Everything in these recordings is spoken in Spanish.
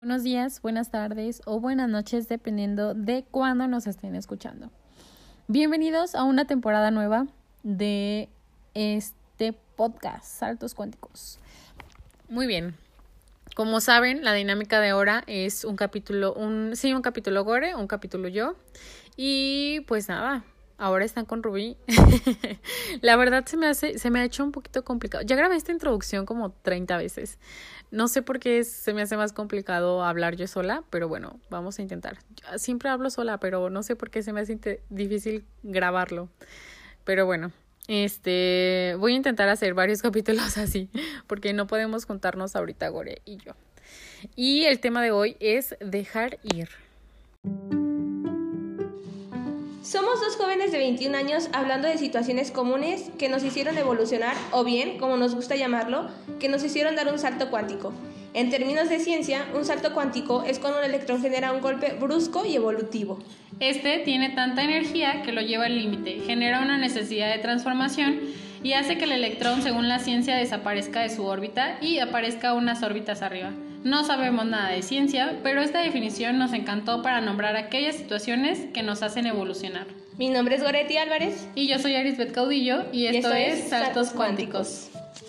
Buenos días, buenas tardes o buenas noches, dependiendo de cuándo nos estén escuchando. Bienvenidos a una temporada nueva de este podcast, Saltos Cuánticos. Muy bien. Como saben, la dinámica de ahora es un capítulo Gore, un capítulo yo. Y pues nada, ahora están con Rubí. La verdad se me ha hecho un poquito complicado. Ya grabé esta introducción como 30 veces. No sé por qué se me hace más complicado hablar yo sola, pero bueno, vamos a intentar. Siempre hablo sola, pero no sé por qué se me hace difícil grabarlo. Pero bueno, voy a intentar hacer varios capítulos así, porque no podemos juntarnos ahorita Gore y yo. Y el tema de hoy es dejar ir. Somos dos jóvenes de 21 años hablando de situaciones comunes que nos hicieron evolucionar o bien, como nos gusta llamarlo, que nos hicieron dar un salto cuántico. En términos de ciencia, un salto cuántico es cuando un electrón genera un golpe brusco y evolutivo. Este tiene tanta energía que lo lleva al límite, genera una necesidad de transformación y hace que el electrón, según la ciencia, desaparezca de su órbita y aparezca unas órbitas arriba. No sabemos nada de ciencia, pero esta definición nos encantó para nombrar aquellas situaciones que nos hacen evolucionar. Mi nombre es Goretti Álvarez. Y yo soy Arisbet Caudillo y esto es Saltos Cuánticos.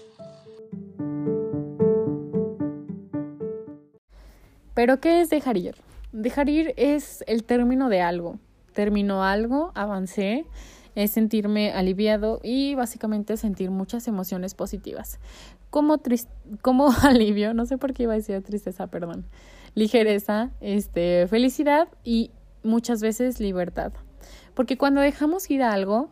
¿Pero qué es dejar ir? Dejar ir es el término de algo. Terminó algo, avancé, es sentirme aliviado y básicamente sentir muchas emociones positivas. Como alivio, no sé por qué iba a decir tristeza, perdón. Ligereza, felicidad y muchas veces libertad. Porque cuando dejamos ir a algo,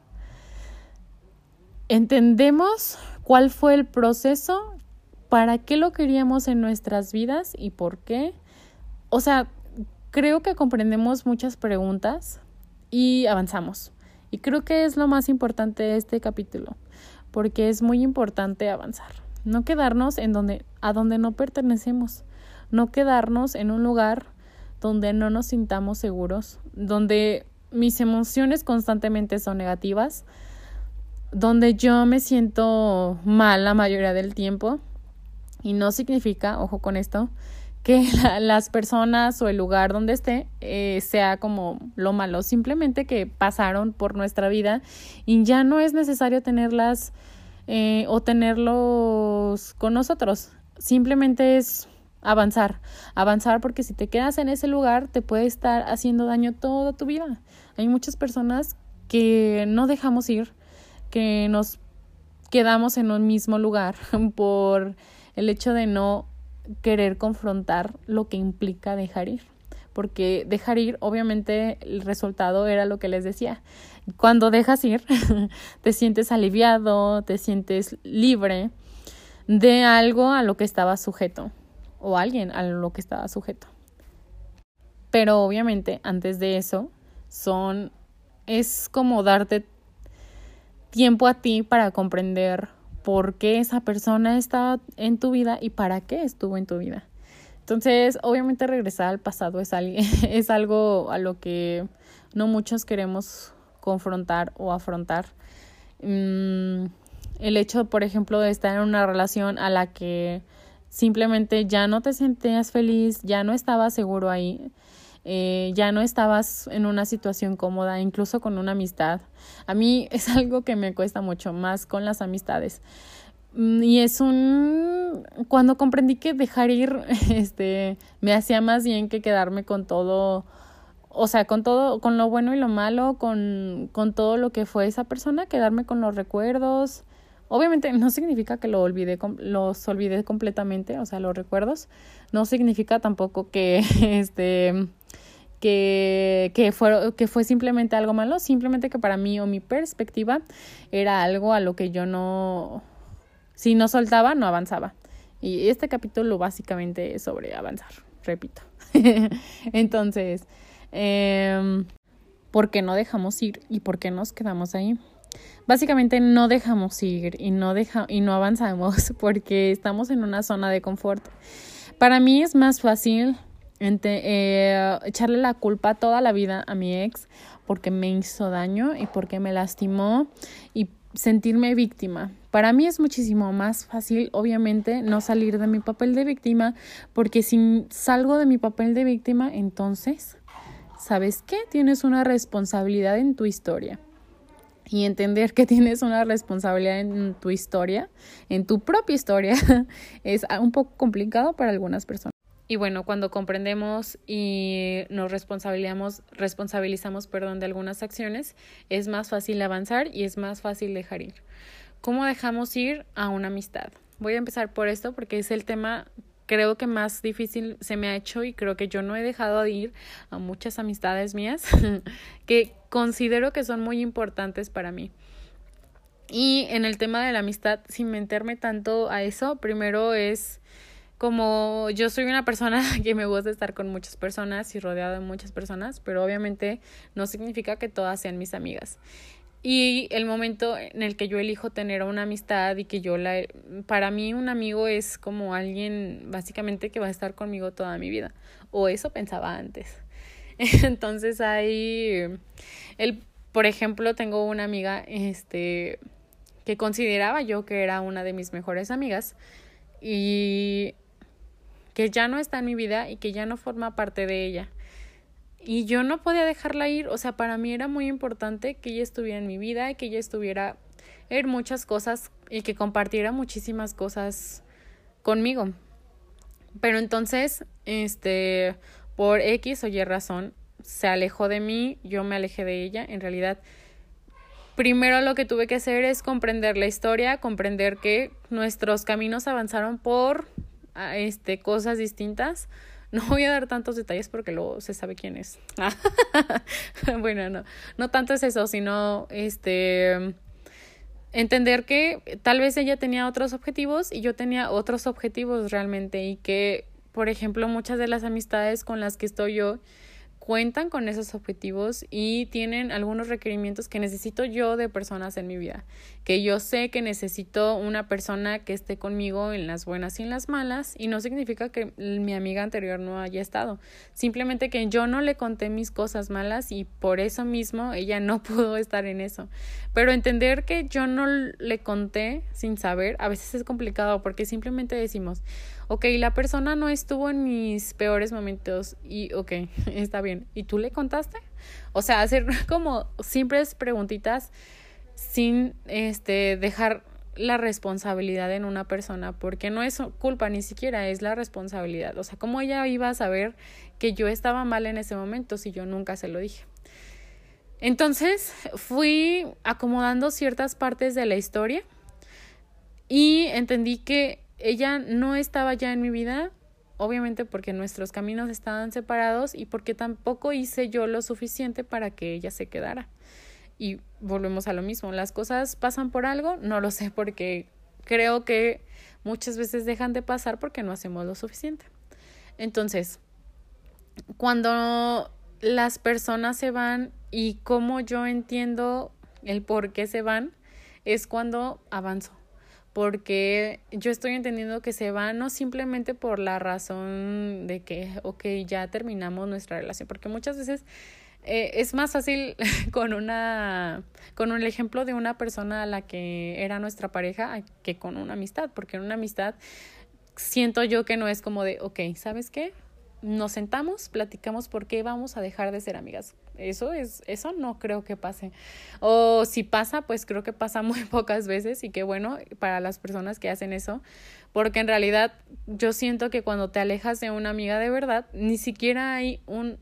entendemos cuál fue el proceso, para qué lo queríamos en nuestras vidas y por qué. O sea, creo que comprendemos muchas preguntas y avanzamos. Y creo que es lo más importante de este capítulo, porque es muy importante avanzar. No quedarnos a donde no pertenecemos. No quedarnos en un lugar donde no nos sintamos seguros, donde mis emociones constantemente son negativas, donde yo me siento mal la mayoría del tiempo. Y no significa, ojo con esto, que las personas o el lugar donde esté sea como lo malo, simplemente que pasaron por nuestra vida y ya no es necesario tenerlas o tenerlos con nosotros. Simplemente es avanzar porque si te quedas en ese lugar te puede estar haciendo daño toda tu vida. Hay muchas personas que no dejamos ir, que nos quedamos en un mismo lugar por el hecho de no querer confrontar lo que implica dejar ir. Porque dejar ir, obviamente, el resultado era lo que les decía. Cuando dejas ir, te sientes aliviado, te sientes libre de algo a lo que estabas sujeto, o alguien a lo que estaba sujeto. Pero obviamente, antes de eso, es como darte tiempo a ti para comprender por qué esa persona está en tu vida y para qué estuvo en tu vida. Entonces, obviamente regresar al pasado es algo a lo que no muchos queremos confrontar o afrontar. El hecho, por ejemplo, de estar en una relación a la que simplemente ya no te sentías feliz, ya no estabas seguro ahí, ya no estabas en una situación cómoda, incluso con una amistad. A mí es algo que me cuesta mucho más con las amistades. Y cuando comprendí que dejar ir me hacía más bien que quedarme con todo, o sea, con todo, con lo bueno y lo malo, con todo lo que fue esa persona, quedarme con los recuerdos. Obviamente no significa que los olvidé completamente, o sea, los recuerdos. No significa tampoco que fue simplemente algo malo, simplemente que para mí o mi perspectiva era algo a lo que yo si no soltaba, no avanzaba. Y este capítulo básicamente es sobre avanzar, repito. Entonces, ¿por qué no dejamos ir y por qué nos quedamos ahí? Básicamente no dejamos ir y no avanzamos porque estamos en una zona de confort. Para mí es más fácil echarle la culpa toda la vida a mi ex porque me hizo daño y porque me lastimó y sentirme víctima. Para mí es muchísimo más fácil, obviamente, no salir de mi papel de víctima, porque si salgo de mi papel de víctima, entonces, ¿sabes qué? Tienes una responsabilidad en tu historia. Y entender que tienes una responsabilidad en tu historia, en tu propia historia, es un poco complicado para algunas personas. Y bueno, cuando comprendemos y nos responsabilizamos, de algunas acciones, es más fácil avanzar y es más fácil dejar ir. ¿Cómo dejamos ir a una amistad? Voy a empezar por esto porque es el tema, creo que más difícil se me ha hecho, y creo que yo no he dejado de ir a muchas amistades mías que considero que son muy importantes para mí. Y en el tema de la amistad, sin meterme tanto a eso, primero es como yo soy una persona que me gusta estar con muchas personas y rodeada de muchas personas, pero obviamente no significa que todas sean mis amigas. Y el momento en el que yo elijo tener una amistad y que para mí un amigo es como alguien básicamente que va a estar conmigo toda mi vida, o eso pensaba antes. Entonces por ejemplo, tengo una amiga que consideraba yo que era una de mis mejores amigas y que ya no está en mi vida y que ya no forma parte de ella. Y yo no podía dejarla ir, o sea, para mí era muy importante que ella estuviera en mi vida y que ella estuviera en muchas cosas y que compartiera muchísimas cosas conmigo. Pero entonces, por X o Y razón, se alejó de mí, yo me alejé de ella. En realidad, primero lo que tuve que hacer es comprender la historia, comprender que nuestros caminos avanzaron por cosas distintas. No voy a dar tantos detalles porque luego se sabe quién es. Bueno, no tanto es eso, sino entender que tal vez ella tenía otros objetivos y yo tenía otros objetivos realmente, y que, por ejemplo, muchas de las amistades con las que estoy yo cuentan con esos objetivos y tienen algunos requerimientos que necesito yo de personas en mi vida, que yo sé que necesito una persona que esté conmigo en las buenas y en las malas, y no significa que mi amiga anterior no haya estado, simplemente que yo no le conté mis cosas malas y por eso mismo ella no pudo estar en eso. Pero entender que yo no le conté sin saber a veces es complicado, porque simplemente decimos, ok, la persona no estuvo en mis peores momentos y ok, está bien. ¿Y tú le contaste? O sea, hacer como simples preguntitas sin dejar la responsabilidad en una persona, porque no es culpa, ni siquiera es la responsabilidad. O sea, ¿cómo ella iba a saber que yo estaba mal en ese momento si yo nunca se lo dije? Entonces fui acomodando ciertas partes de la historia y entendí que ella no estaba ya en mi vida, obviamente porque nuestros caminos estaban separados y porque tampoco hice yo lo suficiente para que ella se quedara. Y volvemos a lo mismo, las cosas pasan por algo, no lo sé, porque creo que muchas veces dejan de pasar porque no hacemos lo suficiente. Entonces, cuando las personas se van y cómo yo entiendo el por qué se van, es cuando avanzo. Porque yo estoy entendiendo que se van no simplemente por la razón de que, ok, ya terminamos nuestra relación, porque muchas veces es más fácil con el ejemplo de una persona a la que era nuestra pareja que con una amistad, porque en una amistad siento yo que no es como de, ok, ¿sabes qué? Nos sentamos, platicamos por qué vamos a dejar de ser amigas. Eso no creo que pase. O si pasa, pues creo que pasa muy pocas veces, y qué bueno para las personas que hacen eso, porque en realidad yo siento que cuando te alejas de una amiga de verdad, ni siquiera hay un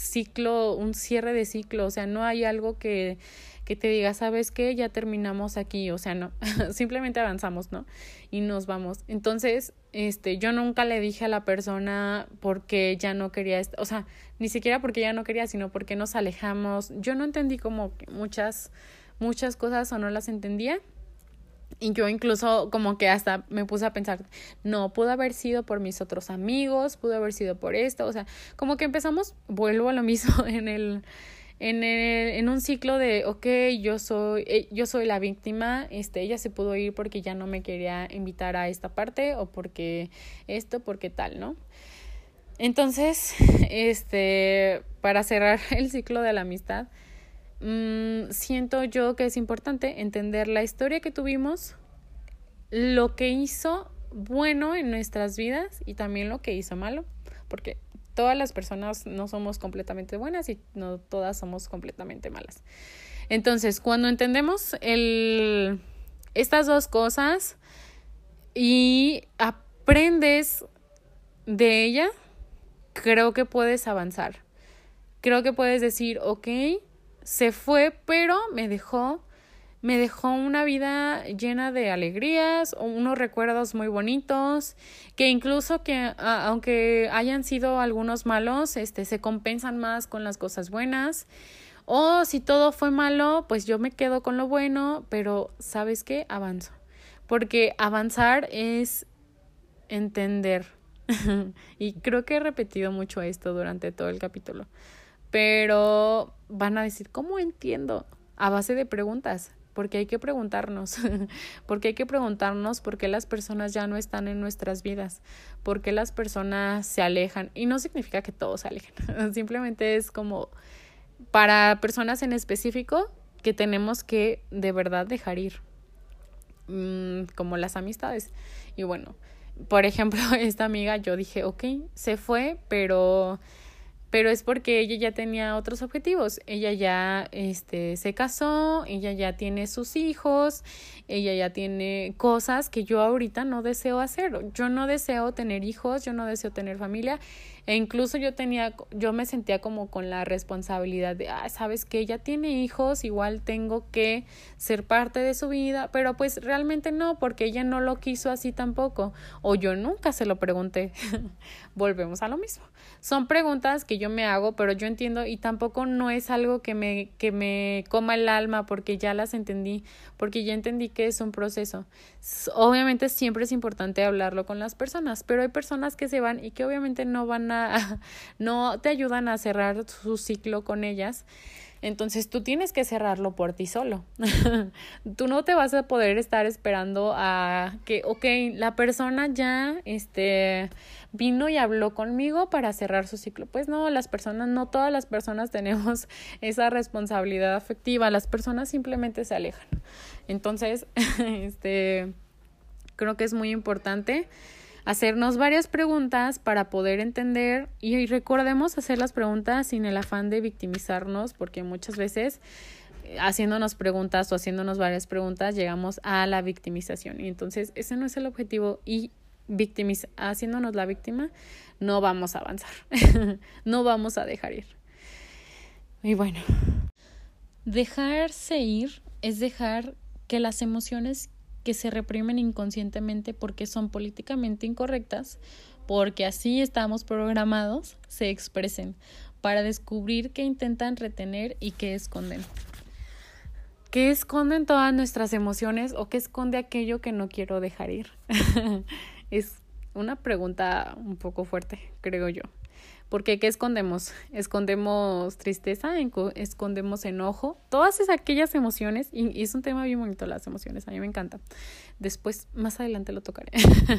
cierre de ciclo, o sea, no hay algo que te diga, ¿sabes qué? Ya terminamos aquí, o sea, no, simplemente avanzamos, ¿no? Y nos vamos. Entonces, yo nunca le dije a la persona porque ya no quería, o sea, ni siquiera porque ya no quería, sino porque nos alejamos. Yo no entendí como muchas cosas, o no las entendía. Y yo incluso como que hasta me puse a pensar, no, pudo haber sido por mis otros amigos, pudo haber sido por esto, o sea, como que empezamos, vuelvo a lo mismo en un ciclo de, ok, yo soy la víctima, ella se pudo ir porque ya no me quería invitar a esta parte, o porque porque tal, ¿no? Entonces, para cerrar el ciclo de la amistad, siento yo que es importante entender la historia que tuvimos, lo que hizo bueno en nuestras vidas y también lo que hizo malo, porque todas las personas no somos completamente buenas y no todas somos completamente malas. Entonces, cuando entendemos estas dos cosas y aprendes de ella, creo que puedes avanzar. Creo que puedes decir, ok, se fue, pero me dejó una vida llena de alegrías, unos recuerdos muy bonitos, que incluso que aunque hayan sido algunos malos, se compensan más con las cosas buenas. O si todo fue malo, pues yo me quedo con lo bueno, pero ¿sabes qué? Avanzo. Porque avanzar es entender. Y creo que he repetido mucho esto durante todo el capítulo. Pero van a decir, ¿cómo entiendo? A base de preguntas. Porque hay que preguntarnos. Porque hay que preguntarnos por qué las personas ya no están en nuestras vidas. Por qué las personas se alejan. Y no significa que todos se alejen. Simplemente es como para personas en específico que tenemos que de verdad dejar ir. Como las amistades. Y bueno, por ejemplo, esta amiga, yo dije, ok, se fue, pero es porque ella ya tenía otros objetivos. Ella ya se casó, ella ya tiene sus hijos, ella ya tiene cosas que yo ahorita no deseo hacer. Yo no deseo tener hijos, yo no deseo tener familia. E incluso yo me sentía como con la responsabilidad de, sabes que ella tiene hijos, igual tengo que ser parte de su vida, pero pues realmente no, porque ella no lo quiso así tampoco, o yo nunca se lo pregunté. Volvemos a lo mismo. Son preguntas que yo me hago, pero yo entiendo y tampoco no es algo que me coma el alma porque ya las entendí, porque ya entendí que es un proceso. Obviamente siempre es importante hablarlo con las personas, pero hay personas que se van y que obviamente no te ayudan a cerrar su ciclo con ellas. Entonces tú tienes que cerrarlo por ti solo. Tú no te vas a poder estar esperando a que, ok, la persona ya vino y habló conmigo para cerrar su ciclo. Pues no, no todas las personas tenemos esa responsabilidad afectiva. Las personas simplemente se alejan. Entonces, creo que es muy importante hacernos varias preguntas para poder entender y recordemos hacer las preguntas sin el afán de victimizarnos, porque muchas veces haciéndonos preguntas o haciéndonos varias preguntas llegamos a la victimización y entonces ese no es el objetivo y haciéndonos la víctima no vamos a avanzar, no vamos a dejar ir. Y bueno, dejarse ir es dejar que las emociones que se reprimen inconscientemente porque son políticamente incorrectas, porque así estamos programados, se expresen para descubrir qué intentan retener y qué esconden. ¿Qué esconden todas nuestras emociones o qué esconde aquello que no quiero dejar ir? Es una pregunta un poco fuerte, creo yo. Porque ¿qué escondemos? Escondemos tristeza, escondemos enojo, todas aquellas emociones, y es un tema bien bonito las emociones, a mí me encanta. Después, más adelante lo tocaré.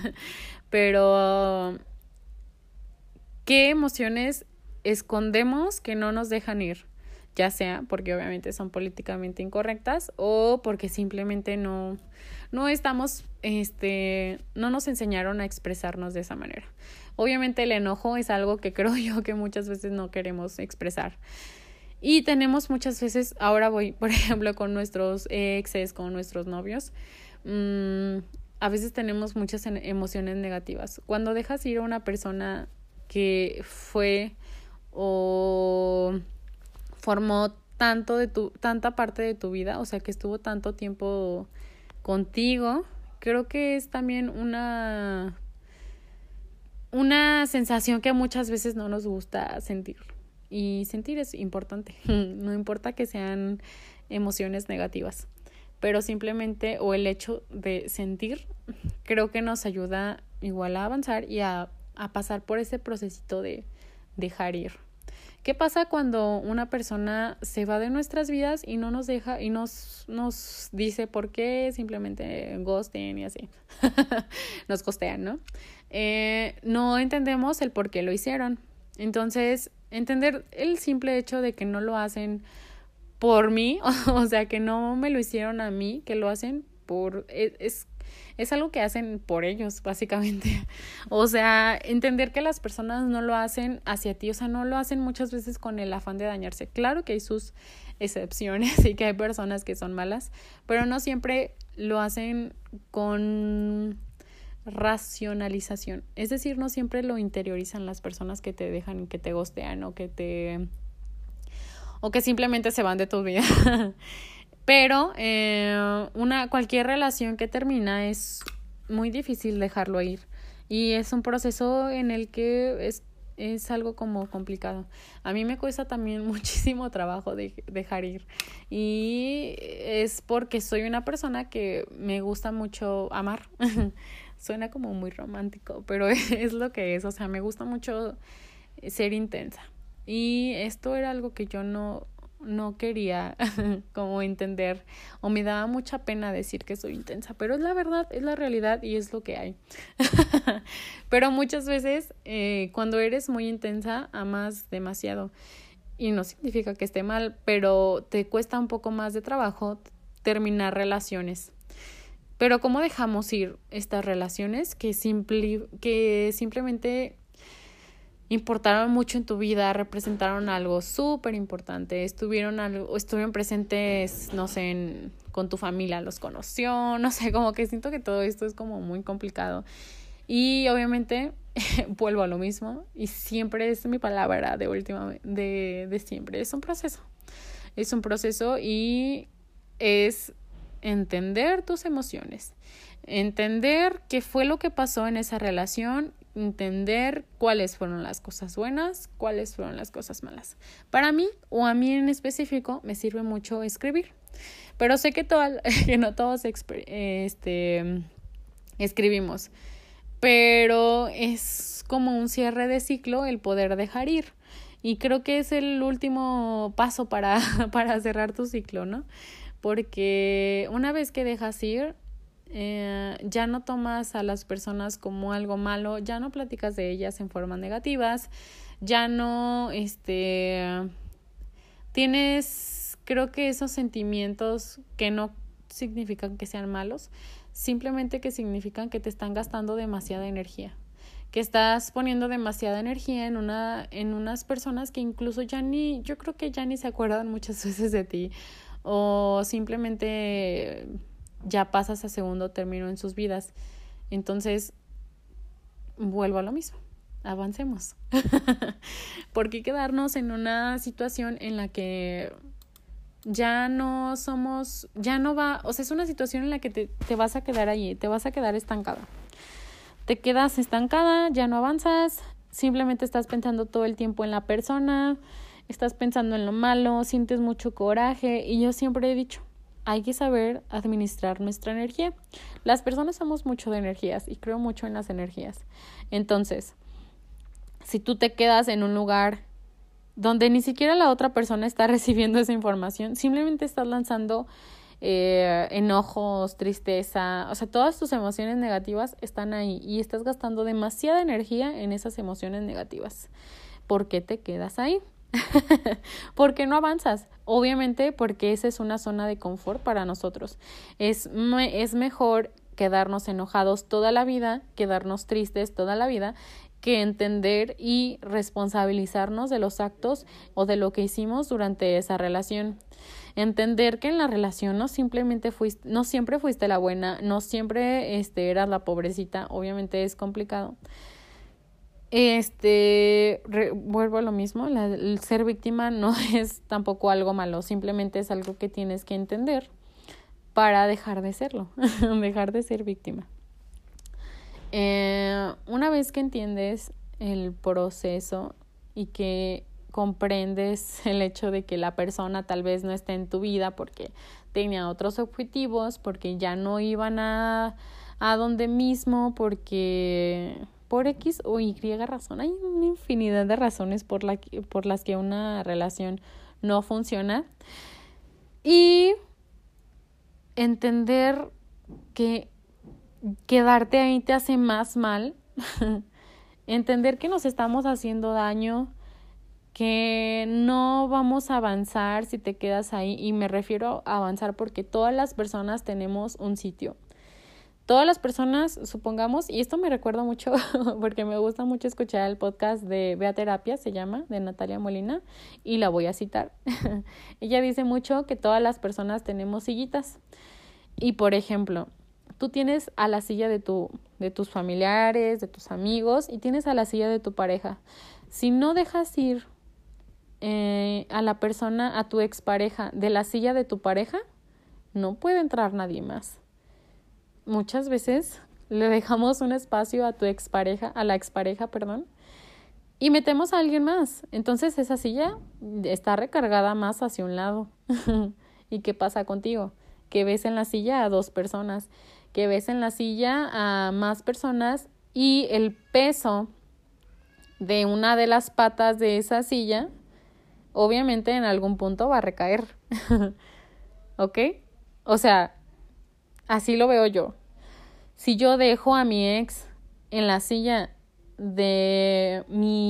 Pero, ¿qué emociones escondemos que no nos dejan ir? Ya sea porque obviamente son políticamente incorrectas o porque simplemente no estamos, no nos enseñaron a expresarnos de esa manera. Obviamente el enojo es algo que creo yo que muchas veces no queremos expresar. Y tenemos muchas veces, ahora voy, por ejemplo, con nuestros exes, con nuestros novios, a veces tenemos muchas emociones negativas. Cuando dejas ir a una persona que fue o formó tanta parte de tu vida, o sea, que estuvo tanto tiempo contigo, creo que es también una sensación que muchas veces no nos gusta sentir. Y sentir es importante, no importa que sean emociones negativas, pero simplemente o el hecho de sentir creo que nos ayuda igual a avanzar y a pasar por ese procesito de dejar ir. ¿Qué pasa cuando una persona se va de nuestras vidas y no nos deja y nos dice por qué? Simplemente ghosten y así. Nos ghostean, ¿no? No entendemos el por qué lo hicieron. Entonces, entender el simple hecho de que no lo hacen por mí, o sea, que no me lo hicieron a mí, que lo hacen por... Es algo que hacen por ellos, básicamente. O sea, entender que las personas no lo hacen hacia ti, o sea, no lo hacen muchas veces con el afán de dañarse. Claro que hay sus excepciones y que hay personas que son malas, pero no siempre lo hacen con racionalización. Es decir, no siempre lo interiorizan las personas que te dejan, que te ghostean o que simplemente se van de tu vida. Pero cualquier relación que termina es muy difícil dejarlo ir. Y es un proceso en el que es algo como complicado. A mí me cuesta también muchísimo trabajo dejar ir. Y es porque soy una persona que me gusta mucho amar. Suena como muy romántico, pero es lo que es. O sea, me gusta mucho ser intensa. Y esto era algo que yo no quería como entender, o me daba mucha pena decir que soy intensa, pero es la verdad, es la realidad y es lo que hay. Pero muchas veces cuando eres muy intensa amas demasiado y no significa que esté mal, pero te cuesta un poco más de trabajo terminar relaciones. Pero ¿cómo dejamos ir estas relaciones que simplemente importaron mucho en tu vida, representaron algo súper importante, estuvieron presentes, no sé, con tu familia, los conoció, no sé, como que siento que todo esto es como muy complicado. Y obviamente vuelvo a lo mismo y siempre es mi palabra de siempre, es un proceso y es entender tus emociones, entender qué fue lo que pasó en esa relación, entender cuáles fueron las cosas buenas, cuáles fueron las cosas malas. Para mí, o a mí en específico, me sirve mucho escribir. Pero sé que no todos escribimos. Pero es como un cierre de ciclo el poder dejar ir. Y creo que es el último paso para cerrar tu ciclo, ¿no? Porque una vez que dejas ir, ya no tomas a las personas como algo malo, ya no platicas de ellas en formas negativas, ya no tienes, creo que esos sentimientos que no significan que sean malos, simplemente que significan que te están gastando demasiada energía, que estás poniendo demasiada energía en unas personas que incluso yo creo que ya ni se acuerdan muchas veces de ti, o simplemente ya pasas a segundo término en sus vidas. Entonces, vuelvo a lo mismo. Avancemos. ¿Por qué quedarnos en una situación en la que ya no va, o sea, es una situación en la que te vas a quedar allí, te vas a quedar estancada? Te quedas estancada, ya no avanzas, simplemente estás pensando todo el tiempo en la persona, estás pensando en lo malo, sientes mucho coraje, y yo siempre he dicho, hay que saber administrar nuestra energía. Las personas somos mucho de energías y creo mucho en las energías. Entonces, si tú te quedas en un lugar donde ni siquiera la otra persona está recibiendo esa información, simplemente estás lanzando enojos, tristeza, o sea, todas tus emociones negativas están ahí y estás gastando demasiada energía en esas emociones negativas. ¿Por qué te quedas ahí? ¿Por qué no avanzas? Obviamente porque esa es una zona de confort para nosotros. Es mejor quedarnos enojados toda la vida, quedarnos tristes toda la vida, que entender y responsabilizarnos de los actos o de lo que hicimos durante esa relación. Entender que en la relación no siempre fuiste la buena, no siempre eras la pobrecita, obviamente es complicado. Vuelvo a lo mismo, el ser víctima no es tampoco algo malo, simplemente es algo que tienes que entender para dejar de serlo, dejar de ser víctima. Una vez que entiendes el proceso y que comprendes el hecho de que la persona tal vez no esté en tu vida porque tenía otros objetivos, porque ya no iban a donde mismo, porque por X o Y razón. Hay una infinidad de razones por las que una relación no funciona. Y entender que quedarte ahí te hace más mal. Entender que nos estamos haciendo daño que no vamos a avanzar si te quedas ahí, y me refiero a avanzar porque todas las personas tenemos un sitio. Todas las personas, supongamos, y esto me recuerda mucho porque me gusta mucho escuchar el podcast de Bea Terapia, se llama, de Natalia Molina, y la voy a citar. Ella dice mucho que todas las personas tenemos sillitas. Y por ejemplo, tú tienes a la silla de tus familiares, de tus amigos, y tienes a la silla de tu pareja. Si no dejas ir a la persona, a tu expareja, de la silla de tu pareja, no puede entrar nadie más. Muchas veces le dejamos un espacio a la expareja, y metemos a alguien más. Entonces esa silla está recargada más hacia un lado. ¿Y qué pasa contigo? Que ves en la silla a 2 personas, que ves en la silla a más personas, y el peso de una de las patas de esa silla, obviamente en algún punto va a recaer. ¿Ok? O sea, así lo veo yo. Si yo dejo a mi ex en la silla de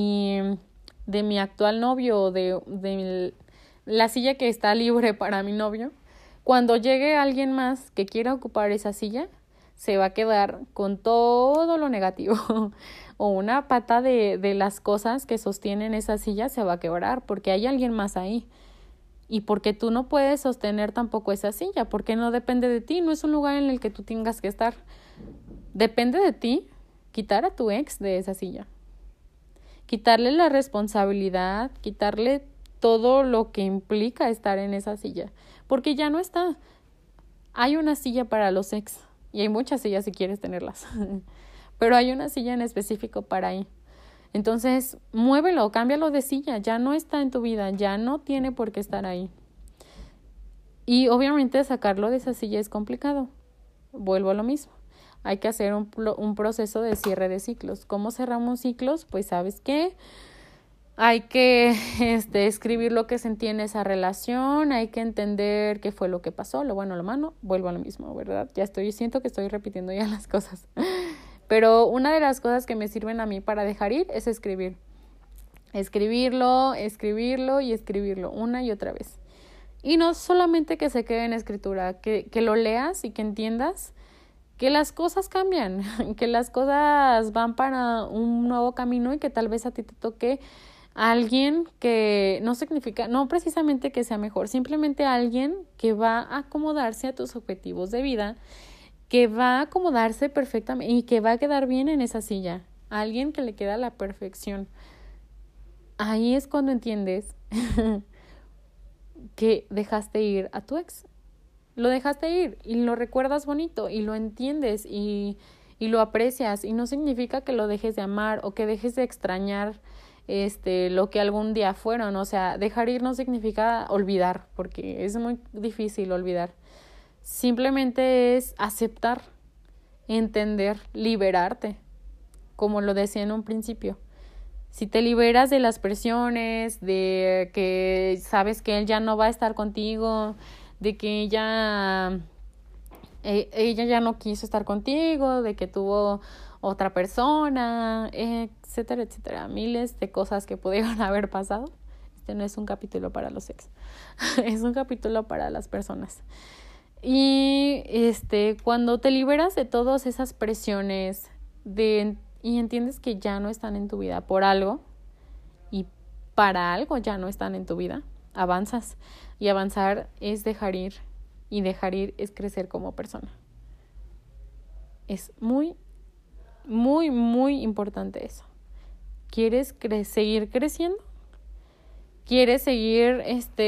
mi actual novio, o de la silla que está libre para mi novio, cuando llegue alguien más que quiera ocupar esa silla, se va a quedar con todo lo negativo. O una pata de las cosas que sostienen esa silla se va a quebrar porque hay alguien más ahí. Y porque tú no puedes sostener tampoco esa silla, porque no depende de ti, no es un lugar en el que tú tengas que estar. Depende de ti quitar a tu ex de esa silla. Quitarle la responsabilidad, quitarle todo lo que implica estar en esa silla, porque ya no está. Hay una silla para los ex, y hay muchas sillas si quieres tenerlas, pero hay una silla en específico para ahí. Entonces, muévelo, cámbialo de silla, ya no está en tu vida, ya no tiene por qué estar ahí. Y obviamente sacarlo de esa silla es complicado. Vuelvo a lo mismo. Hay que hacer un proceso de cierre de ciclos. ¿Cómo cerramos ciclos? Pues, ¿sabes qué? Hay que escribir lo que sentí en esa relación, hay que entender qué fue lo que pasó, lo bueno, lo malo, vuelvo a lo mismo, ¿verdad? Siento que estoy repitiendo ya las cosas. Pero una de las cosas que me sirven a mí para dejar ir es escribir. Escribirlo y escribirlo una y otra vez. Y no solamente que se quede en escritura, que lo leas y que entiendas que las cosas cambian, que las cosas van para un nuevo camino y que tal vez a ti te toque alguien que no significa, no precisamente que sea mejor, simplemente alguien que va a acomodarse a tus objetivos de vida, que va a acomodarse perfectamente y que va a quedar bien en esa silla. Alguien que le queda a la perfección. Ahí es cuando entiendes que dejaste ir a tu ex. Lo dejaste ir y lo recuerdas bonito y lo entiendes y lo aprecias, y no significa que lo dejes de amar o que dejes de extrañar lo que algún día fueron. O sea, dejar ir no significa olvidar, porque es muy difícil olvidar. Simplemente es aceptar, entender, liberarte, como lo decía en un principio. Si te liberas de las presiones, de que sabes que él ya no va a estar contigo, de que ella ya no quiso estar contigo, de que tuvo otra persona, etcétera, etcétera. Miles de cosas que pudieron haber pasado. Este no es un capítulo para los ex, es un capítulo para las personas. Y cuando te liberas de todas esas presiones y entiendes que ya no están en tu vida por algo, y para algo ya no están en tu vida, avanzas. Y avanzar es dejar ir, y dejar ir es crecer como persona. Es muy, muy, muy importante eso. ¿Quieres seguir creciendo? ¿Quieres seguir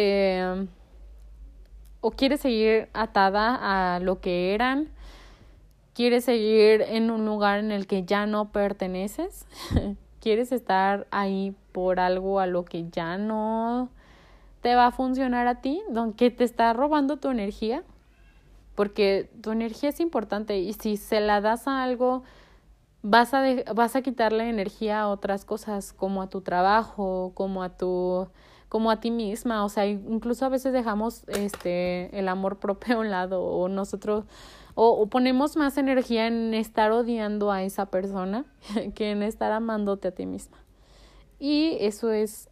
o quieres seguir atada a lo que eran? ¿Quieres seguir en un lugar en el que ya no perteneces? ¿Quieres estar ahí por algo a lo que ya no te va a funcionar a ti, que te está robando tu energía? Porque tu energía es importante, y si se la das a algo, vas a quitarle energía a otras cosas, como a tu trabajo, como a ti misma. O sea, incluso a veces dejamos el amor propio a un lado, o nosotros o ponemos más energía en estar odiando a esa persona que en estar amándote a ti misma. Y eso es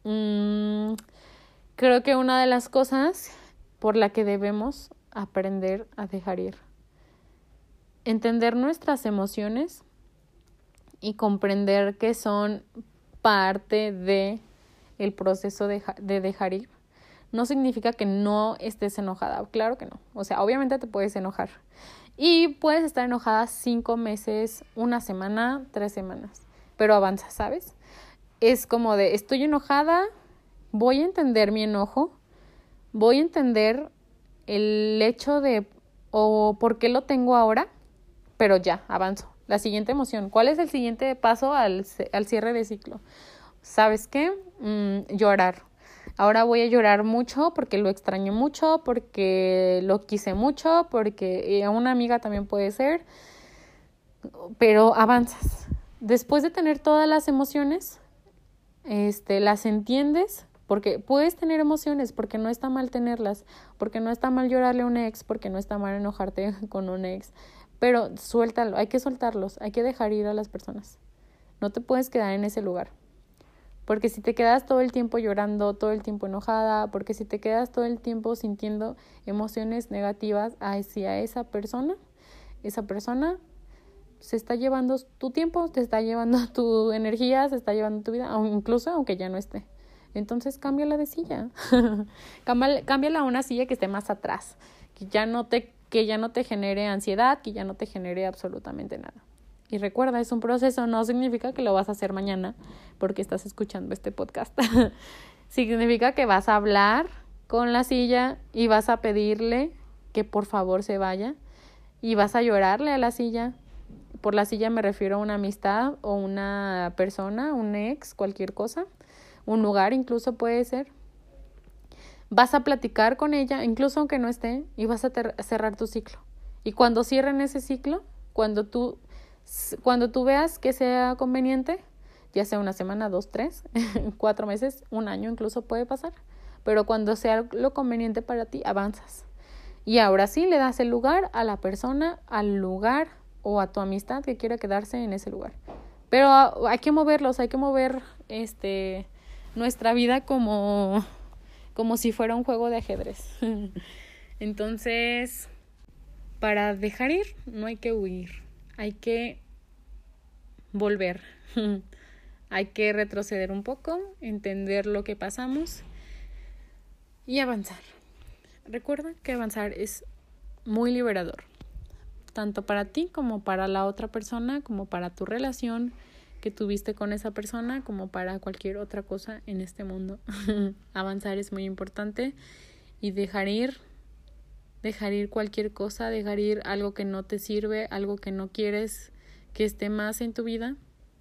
Creo que una de las cosas por la que debemos aprender a dejar ir, entender nuestras emociones y comprender que son parte de el proceso de dejar ir, no significa que no estés enojada. Claro que no. O sea, obviamente te puedes enojar. Y puedes estar enojada 5 meses, 1 semana, 3 semanas. Pero avanza, ¿sabes? Es como de, estoy enojada, voy a entender mi enojo, voy a entender el hecho de, o por qué lo tengo ahora, pero ya, avanzo. La siguiente emoción. ¿Cuál es el siguiente paso al cierre de ciclo? ¿Sabes qué? Llorar. Ahora voy a llorar mucho porque lo extraño mucho, porque lo quise mucho, porque a una amiga también puede ser, pero avanzas. Después de tener todas las emociones, las entiendes, porque puedes tener emociones, porque no está mal tenerlas, porque no está mal llorarle a un ex, porque no está mal enojarte con un ex, pero suéltalo, hay que soltarlos, hay que dejar ir a las personas. No te puedes quedar en ese lugar. Porque si te quedas todo el tiempo llorando, todo el tiempo enojada, porque si te quedas todo el tiempo sintiendo emociones negativas hacia esa persona se está llevando tu tiempo, te está llevando tu energía, se está llevando tu vida, incluso aunque ya no esté. Entonces cámbiala de silla. Cámbiala a una silla que esté más atrás, que ya no te genere ansiedad, que ya no te genere absolutamente nada. Y recuerda, es un proceso, no significa que lo vas a hacer mañana porque estás escuchando este podcast. Significa que vas a hablar con la silla y vas a pedirle que por favor se vaya y vas a llorarle a la silla. Por la silla me refiero a una amistad o una persona, un ex, cualquier cosa, un lugar incluso puede ser. Vas a platicar con ella, incluso aunque no esté, y vas a cerrar tu ciclo. Y cuando cierren ese ciclo, cuando tú veas que sea conveniente, ya sea 1 semana, 2, 3, 4 meses, 1 año incluso puede pasar, pero cuando sea lo conveniente para ti, avanzas. Y ahora sí le das el lugar a la persona, al lugar o a tu amistad que quiera quedarse en ese lugar. Pero hay que moverlos, hay que mover nuestra vida como si fuera un juego de ajedrez. Entonces, para dejar ir, no hay que huir. Hay que volver, hay que retroceder un poco, entender lo que pasamos y avanzar. Recuerda que avanzar es muy liberador, tanto para ti como para la otra persona, como para tu relación que tuviste con esa persona, como para cualquier otra cosa en este mundo. Avanzar es muy importante y dejar ir cualquier cosa, dejar ir algo que no te sirve, algo que no quieres que esté más en tu vida.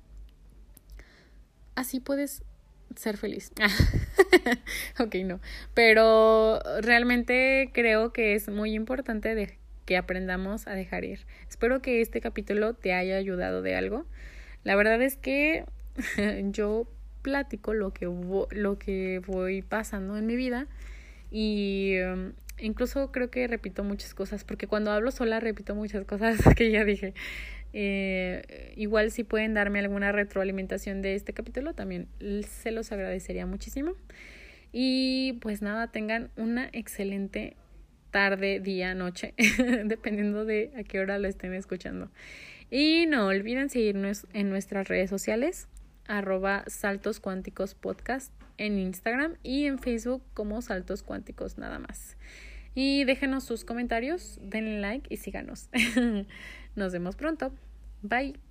Así puedes ser feliz. Ok, no. Pero realmente creo que es muy importante que aprendamos a dejar ir. Espero que este capítulo te haya ayudado de algo. La verdad es que yo platico lo que voy pasando en mi vida y incluso creo que repito muchas cosas, porque cuando hablo sola repito muchas cosas que ya dije. Igual si pueden darme alguna retroalimentación de este capítulo, también se los agradecería muchísimo. Y pues nada, tengan una excelente tarde, día, noche, dependiendo de a qué hora lo estén escuchando. Y no olviden seguirnos en nuestras redes sociales, @Saltos Cuánticos Podcast en Instagram y en Facebook como Saltos Cuánticos nada más. Y déjenos sus comentarios, denle like y síganos. Nos vemos pronto. Bye.